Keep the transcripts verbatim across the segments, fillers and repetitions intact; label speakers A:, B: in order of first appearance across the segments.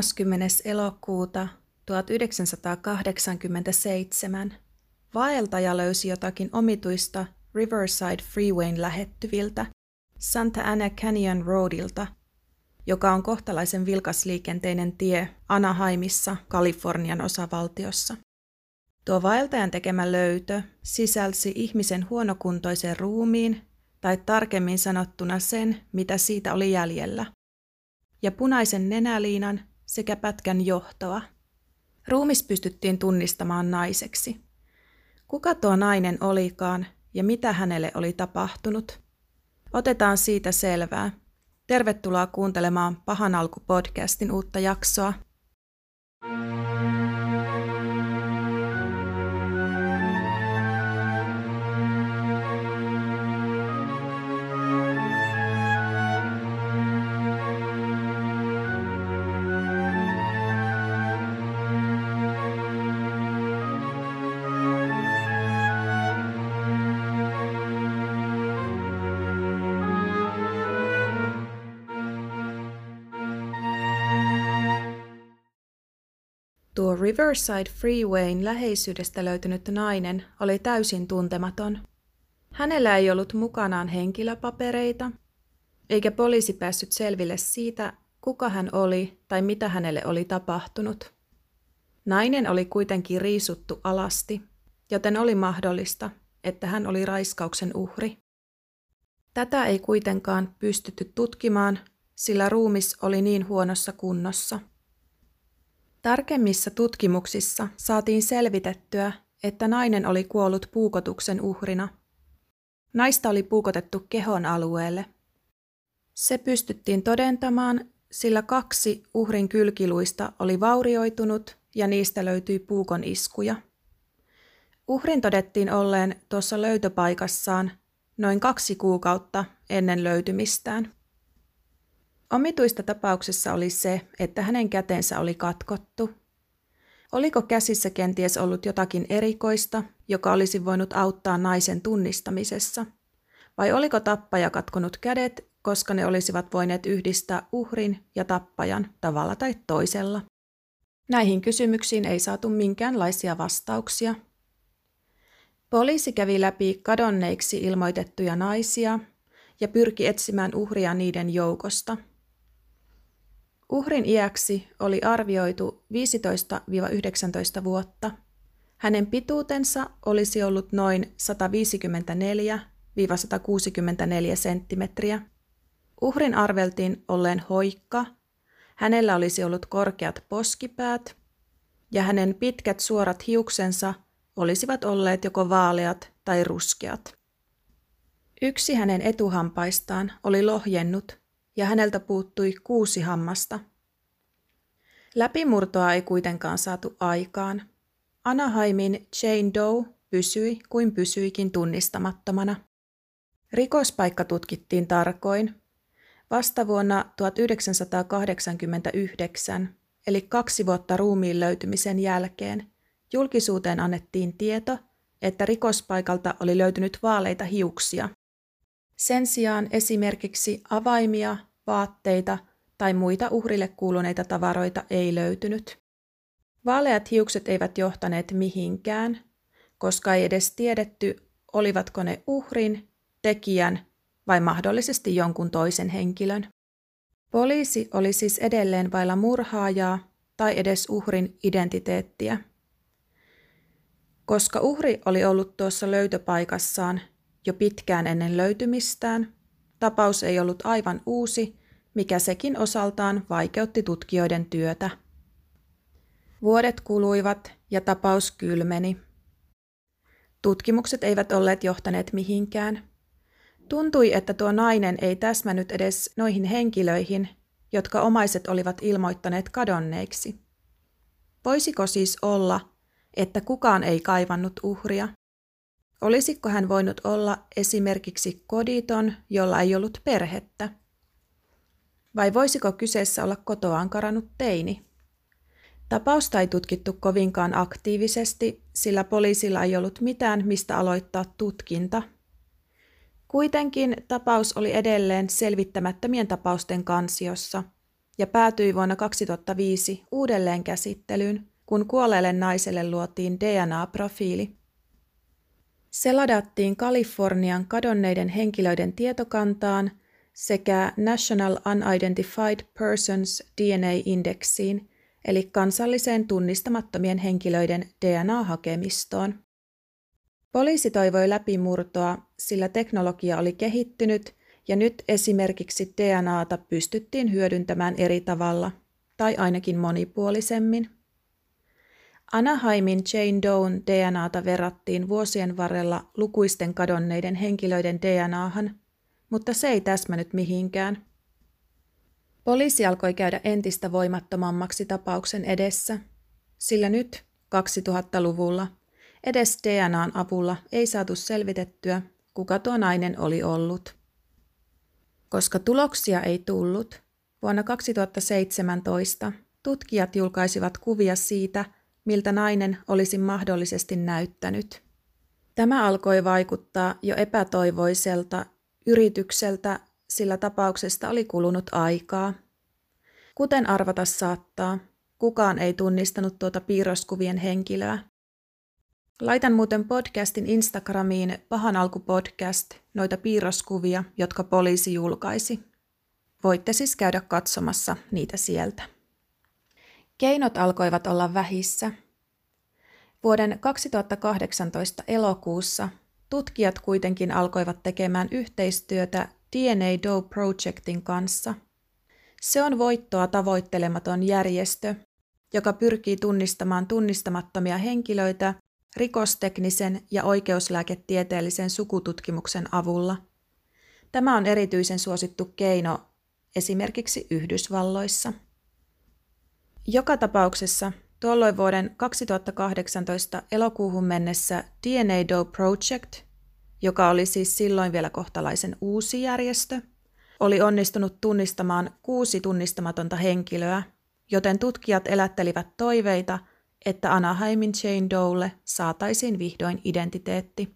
A: kolmaskymmenes elokuuta tuhatyhdeksänsataakahdeksankymmentäseitsemän vaeltaja löysi jotakin omituista Riverside Freewayn lähettyviltä Santa Ana Canyon Roadilta, joka on kohtalaisen vilkasliikenteinen tie Anaheimissa, Kalifornian osavaltiossa. Tuo vaeltajan tekemä löytö sisälsi ihmisen huonokuntoisen ruumiin, tai tarkemmin sanottuna sen, mitä siitä oli jäljellä, ja punaisen nenäliinan sekä pätkän johtoa. Ruumis pystyttiin tunnistamaan naiseksi. Kuka tuo nainen olikaan ja mitä hänelle oli tapahtunut? Otetaan siitä selvää. Tervetuloa kuuntelemaan Pahan alku podcastin uutta jaksoa. Tuo Riverside Freewayn läheisyydestä löytynyt nainen oli täysin tuntematon. Hänellä ei ollut mukanaan henkilöpapereita, eikä poliisi päässyt selville siitä, kuka hän oli tai mitä hänelle oli tapahtunut. Nainen oli kuitenkin riisuttu alasti, joten oli mahdollista, että hän oli raiskauksen uhri. Tätä ei kuitenkaan pystytty tutkimaan, sillä ruumis oli niin huonossa kunnossa. Tarkemmissa tutkimuksissa saatiin selvitettyä, että nainen oli kuollut puukotuksen uhrina. Naista oli puukotettu kehon alueelle. Se pystyttiin todentamaan, sillä kaksi uhrin kylkiluista oli vaurioitunut ja niistä löytyi puukon iskuja. Uhrin todettiin olleen tuossa löytöpaikassaan noin kaksi kuukautta ennen löytymistään. Omituista tapauksessa oli se, että hänen kätensä oli katkottu. Oliko käsissä kenties ollut jotakin erikoista, joka olisi voinut auttaa naisen tunnistamisessa? Vai oliko tappaja katkonut kädet, koska ne olisivat voineet yhdistää uhrin ja tappajan tavalla tai toisella? Näihin kysymyksiin ei saatu minkäänlaisia vastauksia. Poliisi kävi läpi kadonneiksi ilmoitettuja naisia ja pyrki etsimään uhria niiden joukosta. Uhrin iäksi oli arvioitu viisitoista yhdeksäntoista vuotta. Hänen pituutensa olisi ollut noin sata viisikymmentäneljä sata kuusikymmentäneljä senttimetriä. Uhrin arveltiin olleen hoikka, hänellä olisi ollut korkeat poskipäät ja hänen pitkät suorat hiuksensa olisivat olleet joko vaaleat tai ruskeat. Yksi hänen etuhampaistaan oli lohjennut ja häneltä puuttui kuusi hammasta. Läpimurtoa ei kuitenkaan saatu aikaan. Anaheimin Jane Doe pysyi kuin pysyikin tunnistamattomana. Rikospaikka tutkittiin tarkoin. Vasta vuonna tuhatyhdeksänsataakahdeksankymmentäyhdeksän, eli kaksi vuotta ruumiin löytymisen jälkeen, julkisuuteen annettiin tieto, että rikospaikalta oli löytynyt vaaleita hiuksia. Sen sijaan esimerkiksi avaimia, vaatteita tai muita uhrille kuuluneita tavaroita ei löytynyt. Vaaleat hiukset eivät johtaneet mihinkään, koska ei edes tiedetty, olivatko ne uhrin, tekijän vai mahdollisesti jonkun toisen henkilön. Poliisi oli siis edelleen vailla murhaajaa tai edes uhrin identiteettiä. Koska uhri oli ollut tuossa löytöpaikassaan jo pitkään ennen löytymistään, tapaus ei ollut aivan uusi, mikä sekin osaltaan vaikeutti tutkijoiden työtä. Vuodet kuluivat ja tapaus kylmeni. Tutkimukset eivät olleet johtaneet mihinkään. Tuntui, että tuo nainen ei täsmännyt edes noihin henkilöihin, jotka omaiset olivat ilmoittaneet kadonneiksi. Voisiko siis olla, että kukaan ei kaivannut uhria? Olisiko hän voinut olla esimerkiksi koditon, jolla ei ollut perhettä? Vai voisiko kyseessä olla kotoaan karannut teini? Tapausta ei tutkittu kovinkaan aktiivisesti, sillä poliisilla ei ollut mitään, mistä aloittaa tutkinta. Kuitenkin tapaus oli edelleen selvittämättömien tapausten kansiossa, ja päätyi vuonna kaksituhattaviisi uudelleen käsittelyyn, kun kuolleelle naiselle luotiin D N A-profiili. Se ladattiin Kalifornian kadonneiden henkilöiden tietokantaan sekä National Unidentified Persons D N A-indeksiin, eli kansalliseen tunnistamattomien henkilöiden D N A-hakemistoon. Poliisi toivoi läpimurtoa, sillä teknologia oli kehittynyt ja nyt esimerkiksi D N A:ta pystyttiin hyödyntämään eri tavalla, tai ainakin monipuolisemmin. Anaheimin Jane Doen D N A:ta verrattiin vuosien varrella lukuisten kadonneiden henkilöiden D N A:han, mutta se ei täsmännyt mihinkään. Poliisi alkoi käydä entistä voimattomammaksi tapauksen edessä, sillä nyt kaksituhattaluvulla edes D N A:n avulla ei saatu selvitettyä, kuka tuo nainen oli ollut. Koska tuloksia ei tullut, vuonna kaksituhattaseitsemäntoista tutkijat julkaisivat kuvia siitä, miltä nainen olisi mahdollisesti näyttänyt. Tämä alkoi vaikuttaa jo epätoivoiselta yritykseltä, sillä tapauksesta oli kulunut aikaa. Kuten arvata saattaa, kukaan ei tunnistanut tuota piirroskuvien henkilöä. Laitan muuten podcastin Instagramiin Pahan alku podcast noita piirroskuvia, jotka poliisi julkaisi. Voitte siis käydä katsomassa niitä sieltä. Keinot alkoivat olla vähissä. Vuoden kaksituhattakahdeksantoista elokuussa tutkijat kuitenkin alkoivat tekemään yhteistyötä D N A Doe Projectin kanssa. Se on voittoa tavoittelematon järjestö, joka pyrkii tunnistamaan tunnistamattomia henkilöitä rikosteknisen ja oikeuslääketieteellisen sukututkimuksen avulla. Tämä on erityisen suosittu keino esimerkiksi Yhdysvalloissa. Joka tapauksessa tuolloin vuoden kaksituhattakahdeksantoista elokuuhun mennessä D N A Doe Project, joka oli siis silloin vielä kohtalaisen uusi järjestö, oli onnistunut tunnistamaan kuusi tunnistamatonta henkilöä, joten tutkijat elättelivät toiveita, että Anaheimin Jane Doelle saataisiin vihdoin identiteetti.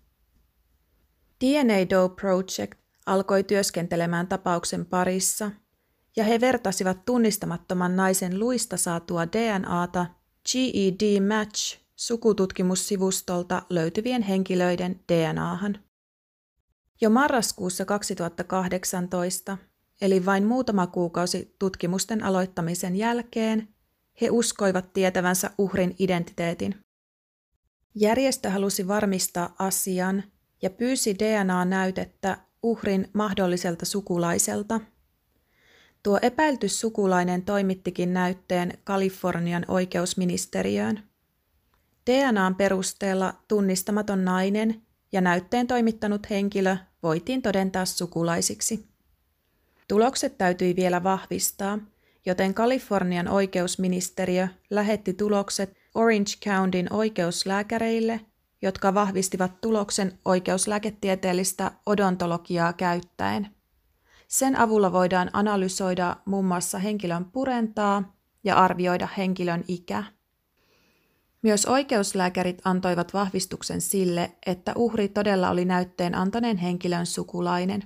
A: D N A Doe Project alkoi työskentelemään tapauksen parissa, ja he vertasivat tunnistamattoman naisen luista saatua D N A:ta G E D Match sukututkimussivustolta löytyvien henkilöiden D N A:han. Jo marraskuussa kaksituhattakahdeksantoista, eli vain muutama kuukausi tutkimusten aloittamisen jälkeen, he uskoivat tietävänsä uhrin identiteetin. Järjestö halusi varmistaa asian ja pyysi D N A-näytettä uhrin mahdolliselta sukulaiselta. Tuo epäilty sukulainen toimittikin näytteen Kalifornian oikeusministeriöön. D N A:n perusteella tunnistamaton nainen ja näytteen toimittanut henkilö voitiin todentaa sukulaisiksi. Tulokset täytyi vielä vahvistaa, joten Kalifornian oikeusministeriö lähetti tulokset Orange Countyn oikeuslääkäreille, jotka vahvistivat tuloksen oikeuslääketieteellistä odontologiaa käyttäen. Sen avulla voidaan analysoida muun muassa henkilön purentaa ja arvioida henkilön ikä. Myös oikeuslääkärit antoivat vahvistuksen sille, että uhri todella oli näytteen antaneen henkilön sukulainen.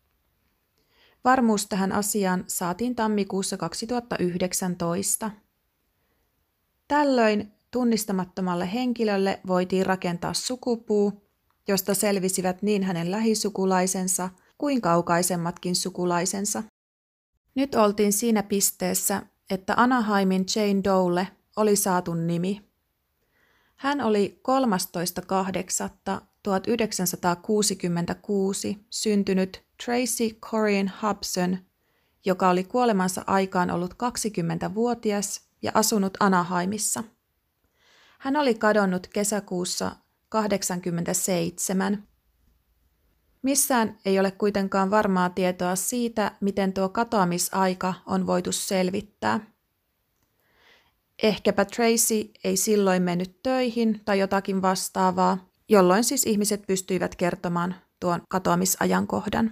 A: Varmuus tähän asiaan saatiin tammikuussa kaksituhattayhdeksäntoista. Tällöin tunnistamattomalle henkilölle voitiin rakentaa sukupuu, josta selvisivät niin hänen lähisukulaisensa kuin kaukaisemmatkin sukulaisensa. Nyt oltiin siinä pisteessä, että Anaheimin Jane Doelle oli saatu nimi. Hän oli kolmastoista kahdeksatta tuhatyhdeksänsataakuusikymmentäkuusi syntynyt Tracy Corinne Hobson, joka oli kuolemansa aikaan ollut kaksikymmentävuotias ja asunut Anaheimissa. Hän oli kadonnut kesäkuussa kahdeksankymmentäseitsemän. Missään ei ole kuitenkaan varmaa tietoa siitä, miten tuo katoamisaika on voitu selvittää. Ehkäpä Tracy ei silloin mennyt töihin tai jotakin vastaavaa, jolloin siis ihmiset pystyivät kertomaan tuon katoamisajankohdan.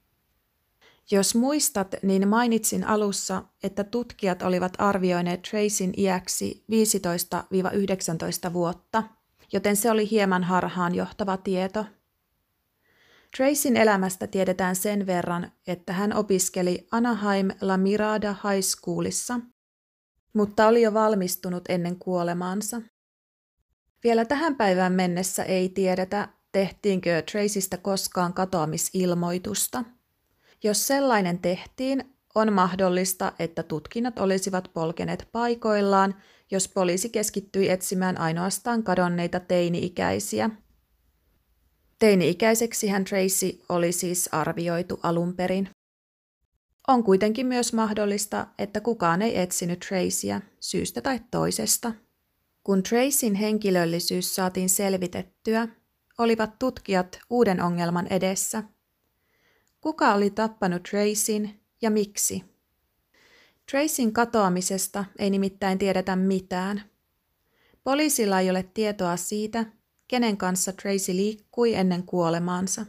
A: Jos muistat, niin mainitsin alussa, että tutkijat olivat arvioineet Tracyn iäksi viisitoista yhdeksäntoista vuotta, joten se oli hieman harhaanjohtava tieto. Tracyn elämästä tiedetään sen verran, että hän opiskeli Anaheim La Mirada High Schoolissa, mutta oli jo valmistunut ennen kuolemaansa. Vielä tähän päivään mennessä ei tiedetä, tehtiinkö Tracystä koskaan katoamisilmoitusta. Jos sellainen tehtiin, on mahdollista, että tutkinnat olisivat polkeneet paikoillaan, jos poliisi keskittyi etsimään ainoastaan kadonneita teini-ikäisiä. Teini-ikäiseksi hän Tracy oli siis arvioitu alun perin. On kuitenkin myös mahdollista, että kukaan ei etsinyt Tracyä syystä tai toisesta. Kun Tracyn henkilöllisyys saatiin selvitettyä, olivat tutkijat uuden ongelman edessä. Kuka oli tappanut Tracyn ja miksi? Tracyn katoamisesta ei nimittäin tiedetä mitään. Poliisilla ei ole tietoa siitä, kenen kanssa Tracy liikkui ennen kuolemaansa.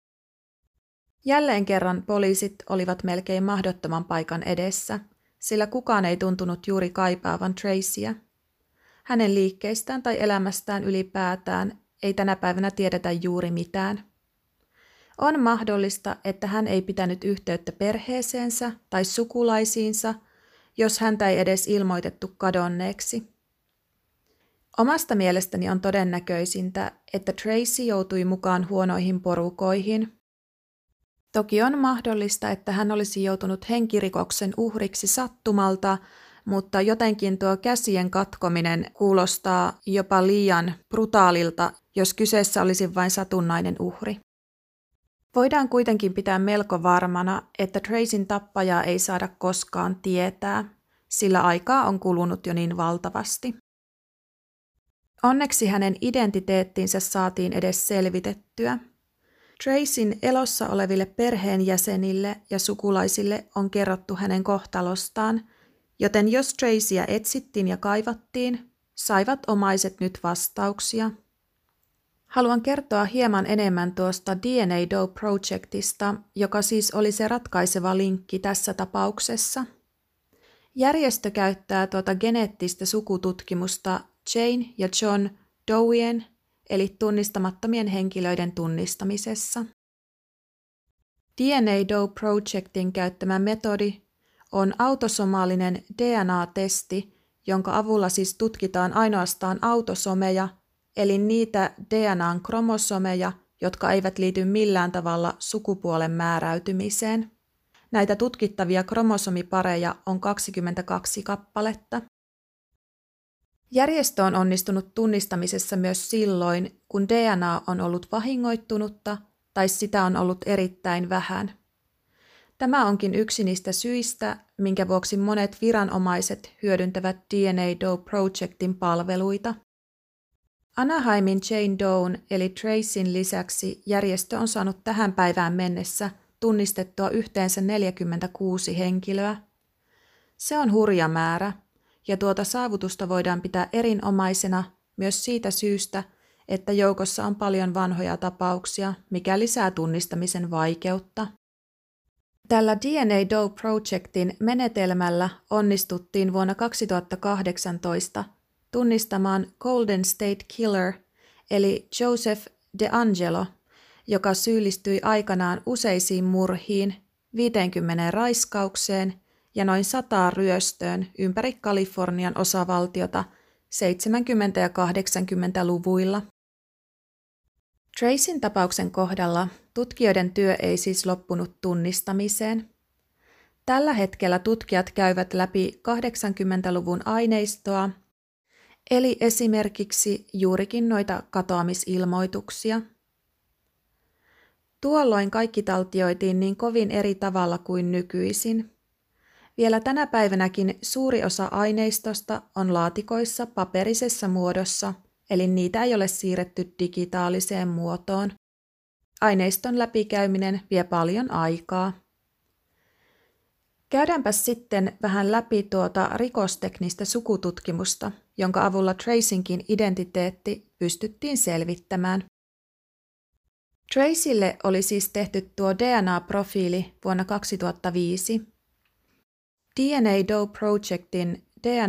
A: Jälleen kerran poliisit olivat melkein mahdottoman paikan edessä, sillä kukaan ei tuntunut juuri kaipaavan Tracyä. Hänen liikkeistään tai elämästään ylipäätään ei tänä päivänä tiedetä juuri mitään. On mahdollista, että hän ei pitänyt yhteyttä perheeseensä tai sukulaisiinsa, jos häntä ei edes ilmoitettu kadonneeksi. Omasta mielestäni on todennäköisintä, että Tracy joutui mukaan huonoihin porukoihin. Toki on mahdollista, että hän olisi joutunut henkirikoksen uhriksi sattumalta, mutta jotenkin tuo käsien katkominen kuulostaa jopa liian brutaalilta, jos kyseessä olisi vain satunnainen uhri. Voidaan kuitenkin pitää melko varmana, että Tracyn tappajaa ei saada koskaan tietää, sillä aikaa on kulunut jo niin valtavasti. Onneksi hänen identiteettinsä saatiin edes selvitettyä. Tracyn elossa oleville perheenjäsenille ja sukulaisille on kerrottu hänen kohtalostaan, joten jos Tracyä etsittiin ja kaivattiin, saivat omaiset nyt vastauksia. Haluan kertoa hieman enemmän tuosta D N A Doe Projectista, joka siis oli se ratkaiseva linkki tässä tapauksessa. Järjestö käyttää tuota geneettistä sukututkimusta Jane ja John Doeien, eli tunnistamattomien henkilöiden tunnistamisessa. D N A Doe Projectin käyttämä metodi on autosomaalinen D N A-testi, jonka avulla siis tutkitaan ainoastaan autosomeja, eli niitä D N A:n kromosomeja, jotka eivät liity millään tavalla sukupuolen määräytymiseen. Näitä tutkittavia kromosomipareja on kaksikymmentäkaksi kappaletta. Järjestö on onnistunut tunnistamisessa myös silloin, kun D N A on ollut vahingoittunutta tai sitä on ollut erittäin vähän. Tämä onkin yksi niistä syistä, minkä vuoksi monet viranomaiset hyödyntävät D N A Doe Projectin palveluita. Anaheimin Jane Doen eli Tracyn lisäksi järjestö on saanut tähän päivään mennessä tunnistettua yhteensä neljäkymmentäkuusi henkilöä. Se on hurja määrä, ja tuota saavutusta voidaan pitää erinomaisena myös siitä syystä, että joukossa on paljon vanhoja tapauksia, mikä lisää tunnistamisen vaikeutta. Tällä D N A Doe Projectin menetelmällä onnistuttiin vuonna kaksituhattakahdeksantoista tunnistamaan Golden State Killer eli Joseph DeAngelo, joka syyllistyi aikanaan useisiin murhiin, viiteenkymmeneen raiskaukseen ja noin sataan ryöstöön ympäri Kalifornian osavaltiota seitsemänkymmentä- ja kahdeksankymmentäluvuilla. Tracyn tapauksen kohdalla tutkijoiden työ ei siis loppunut tunnistamiseen. Tällä hetkellä tutkijat käyvät läpi kahdeksankymmentäluvun aineistoa, eli esimerkiksi juurikin noita katoamisilmoituksia. Tuolloin kaikki taltioitiin niin kovin eri tavalla kuin nykyisin. Vielä tänä päivänäkin suuri osa aineistosta on laatikoissa paperisessa muodossa, eli niitä ei ole siirretty digitaaliseen muotoon. Aineiston läpikäyminen vie paljon aikaa. Käydäänpäs sitten vähän läpi tuota rikosteknistä sukututkimusta, jonka avulla Tracynkin identiteetti pystyttiin selvittämään. Tracylle oli siis tehty tuo D N A-profiili vuonna kaksituhattaviisi. D N A Doe Projectin D N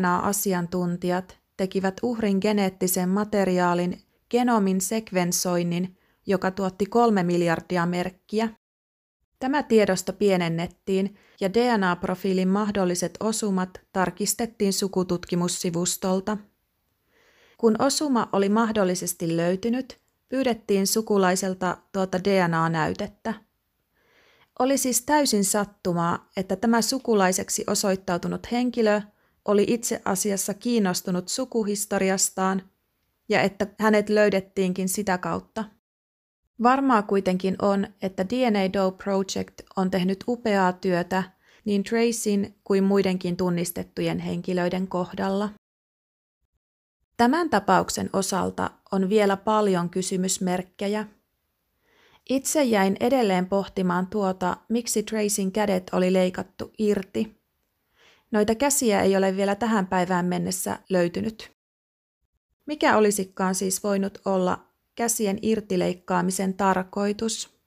A: A-asiantuntijat tekivät uhrin geneettisen materiaalin genomin sekvensoinnin, joka tuotti kolme miljardia merkkiä. Tämä tiedosto pienennettiin ja D N A-profiilin mahdolliset osumat tarkistettiin sukututkimussivustolta. Kun osuma oli mahdollisesti löytynyt, pyydettiin sukulaiselta tuota D N A-näytettä. Oli siis täysin sattumaa, että tämä sukulaiseksi osoittautunut henkilö oli itse asiassa kiinnostunut sukuhistoriastaan ja että hänet löydettiinkin sitä kautta. Varmaa kuitenkin on, että D N A Doe Project on tehnyt upeaa työtä niin Tracyn kuin muidenkin tunnistettujen henkilöiden kohdalla. Tämän tapauksen osalta on vielä paljon kysymysmerkkejä. Itse jäin edelleen pohtimaan tuota, miksi Tracyn kädet oli leikattu irti. Noita käsiä ei ole vielä tähän päivään mennessä löytynyt. Mikä olisikaan siis voinut olla käsien irtileikkaamisen tarkoitus?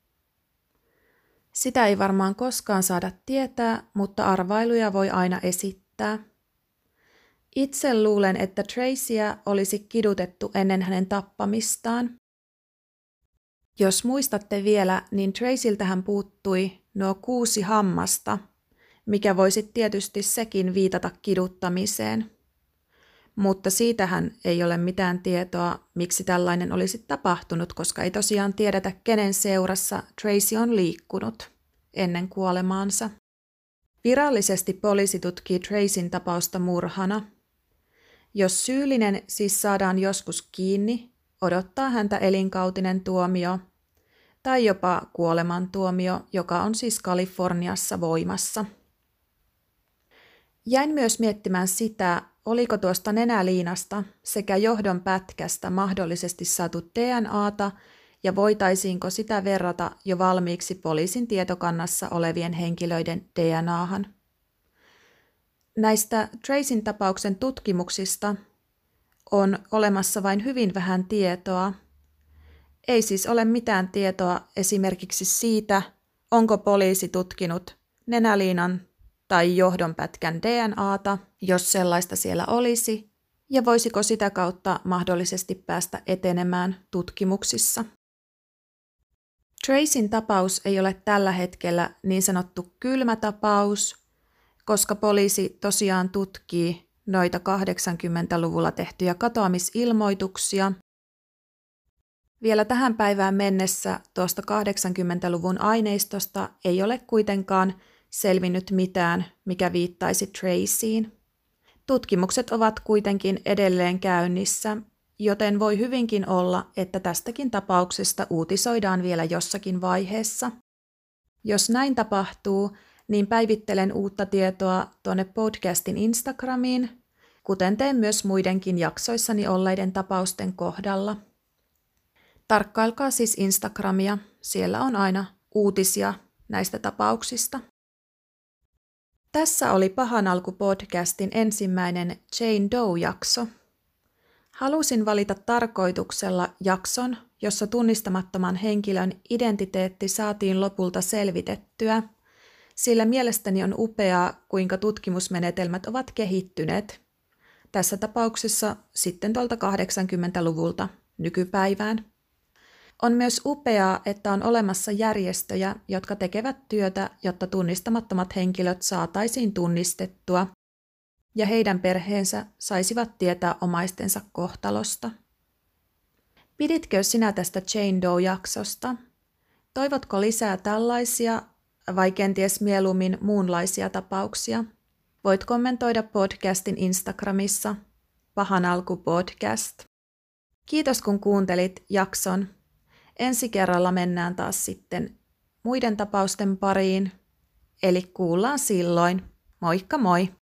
A: Sitä ei varmaan koskaan saada tietää, mutta arvailuja voi aina esittää. Itse luulen, että Tracyä olisi kidutettu ennen hänen tappamistaan. Jos muistatte vielä, niin Tracyltähän puuttui nuo kuusi hammasta, mikä voisi tietysti sekin viitata kiduttamiseen. Mutta siitähän ei ole mitään tietoa, miksi tällainen olisi tapahtunut, koska ei tosiaan tiedetä, kenen seurassa Tracy on liikkunut ennen kuolemaansa. Virallisesti poliisi tutkii Tracyn tapausta murhana. Jos syyllinen siis saadaan joskus kiinni, odottaa häntä elinkautinen tuomio tai jopa kuolemantuomio, joka on siis Kaliforniassa voimassa. Jäin myös miettimään sitä, oliko tuosta nenäliinasta sekä johdon pätkästä mahdollisesti saatu D N A:ta ja voitaisiinko sitä verrata jo valmiiksi poliisin tietokannassa olevien henkilöiden D N A:han. Näistä Tracyn tapauksen tutkimuksista on olemassa vain hyvin vähän tietoa. Ei siis ole mitään tietoa esimerkiksi siitä, onko poliisi tutkinut nenäliinan tai johdonpätkän D N A:ta, jos sellaista siellä olisi, ja voisiko sitä kautta mahdollisesti päästä etenemään tutkimuksissa. Tracyn tapaus ei ole tällä hetkellä niin sanottu kylmä tapaus, koska poliisi tosiaan tutkii noita kahdeksankymmentäluvulla tehtyjä katoamisilmoituksia. Vielä tähän päivään mennessä tuosta kahdeksankymmentäluvun aineistosta ei ole kuitenkaan selvinnyt mitään, mikä viittaisi Tracyin. Tutkimukset ovat kuitenkin edelleen käynnissä, joten voi hyvinkin olla, että tästäkin tapauksesta uutisoidaan vielä jossakin vaiheessa. Jos näin tapahtuu, niin päivittelen uutta tietoa tuonne podcastin Instagramiin, kuten teen myös muidenkin jaksoissani olleiden tapausten kohdalla. Tarkkailkaa siis Instagramia, siellä on aina uutisia näistä tapauksista. Tässä oli Pahan alku podcastin ensimmäinen Jane Doe-jakso. Halusin valita tarkoituksella jakson, jossa tunnistamattoman henkilön identiteetti saatiin lopulta selvitettyä, sillä mielestäni on upeaa, kuinka tutkimusmenetelmät ovat kehittyneet. Tässä tapauksessa sitten tuolta kahdeksankymmentäluvulta nykypäivään. On myös upeaa, että on olemassa järjestöjä, jotka tekevät työtä, jotta tunnistamattomat henkilöt saataisiin tunnistettua ja heidän perheensä saisivat tietää omaistensa kohtalosta. Piditkö sinä tästä Jane Doe-jaksosta? Toivotko lisää tällaisia vai kenties mieluummin muunlaisia tapauksia? Voit kommentoida podcastin Instagramissa Pahan alku podcast. Kiitos kun kuuntelit jakson. Ensi kerralla mennään taas sitten muiden tapausten pariin, eli kuullaan silloin. Moikka moi!